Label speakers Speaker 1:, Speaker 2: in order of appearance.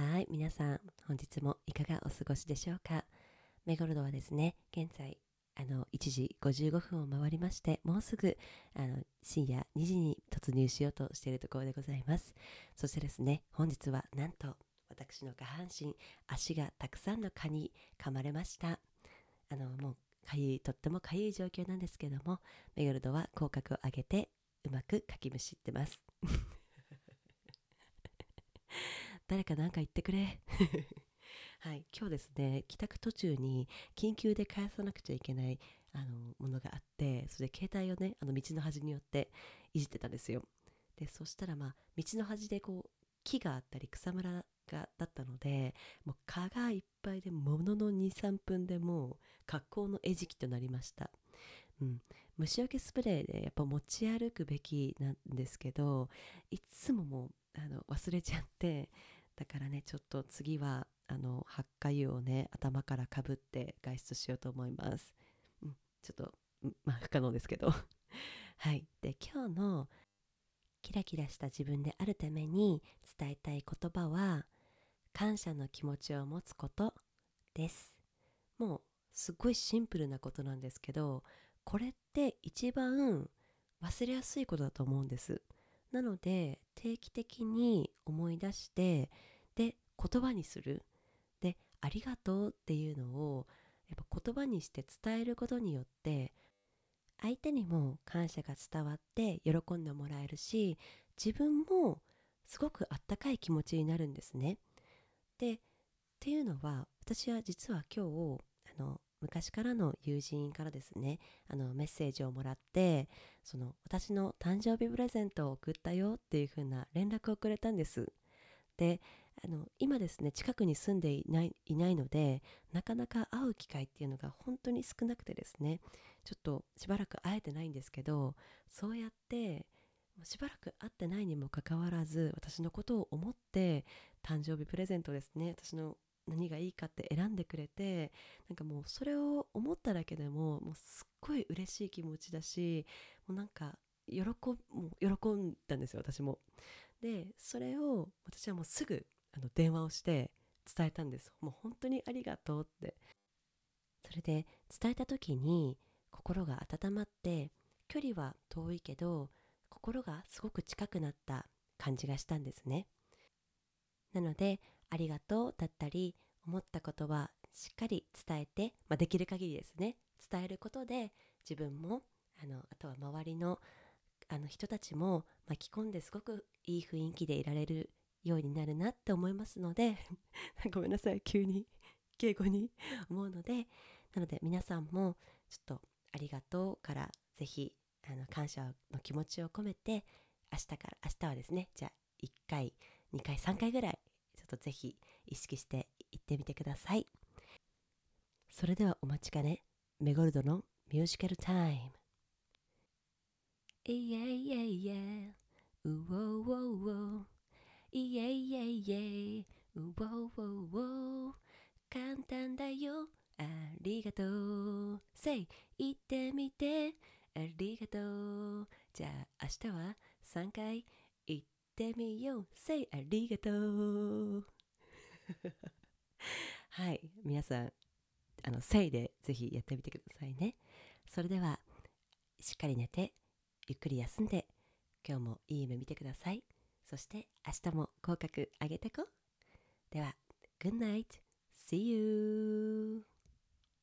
Speaker 1: はい、皆さん、本日もいかがお過ごしでしょうか。メゴルドはですね、現在、1時55分を回りまして、もうすぐ、深夜2時に突入しようとしているところでございます。そしてですね、本日はなんと、私の下半身、足がたくさんの蚊に噛まれました。もう、とってもかゆい状況なんですけども、メゴルドは口角を上げて、うまくかきむしってます。誰か何か言ってくれ。はい、今日ですね、帰宅途中に緊急で返さなくちゃいけないものがあって、それで携帯をね、道の端によっていじってたんですよ。で、そしたら道の端でこう木があったり草むらだったので、もう蚊がいっぱいで、ものの2、3分でもう格好の餌食となりました。うん、虫除けスプレーでやっぱ持ち歩くべきなんですけど、いつももう忘れちゃって、だからね、ちょっと次は発火油をね、頭からかぶって外出しようと思います。ちょっと不可能ですけどはい。で、今日のキラキラした自分であるために伝えたい言葉は、感謝の気持ちを持つことです。もうすっごいシンプルなことなんですけど、これって一番忘れやすいことだと思うんです。なので定期的に思い出して、で言葉にする。でありがとうっていうのをやっぱ言葉にして伝えることによって、相手にも感謝が伝わって喜んでもらえるし、自分もすごくあったかい気持ちになるんですね。でっていうのは、私は実は今日昔からの友人からですね、メッセージをもらって、私の誕生日プレゼントを送ったよっていう風な連絡をくれたんです。で、今ですね、近くに住んでいないので、なかなか会う機会っていうのが本当に少なくてですね、ちょっとしばらく会えてないんですけど、そうやってしばらく会ってないにもかかわらず、私のことを思って誕生日プレゼントですね、私の何がいいかって選んでくれて、なんかもうそれを思っただけでもうすっごい嬉しい気持ちだし、もうなんか喜んだんですよ、私も。でそれを私はもうすぐ電話をして伝えたんです。もう本当にありがとうって。それで伝えた時に心が温まって、距離は遠いけど心がすごく近くなった感じがしたんですね。なのでありがとうだったり、思ったことはしっかり伝えて、できる限りですね、伝えることで自分もあとは周りの人たちも巻き込んですごくいい雰囲気でいられるようになるなって思いますのでごめんなさい、急に敬語に思うので、なので皆さんもちょっとありがとうからぜひ感謝の気持ちを込めて、明日はですね、じゃあ1回2回3回ぐらいちょっとぜひ意識して行ってみてください。それではお待ちかね、メゴルドのミュージカルタイム。イエイエイエイウォーウォーウォーイエイエイエイウォーウォーウォー、簡単だよありがとう、せい言ってみてありがとう、じゃあ明日は3回言ってみよう、せいありがとうはい、皆さんせいでぜひやってみてくださいね。それではしっかり寝てゆっくり休んで、今日もいい夢見てください。そして明日も口角上げてこ。では、Good night. See you.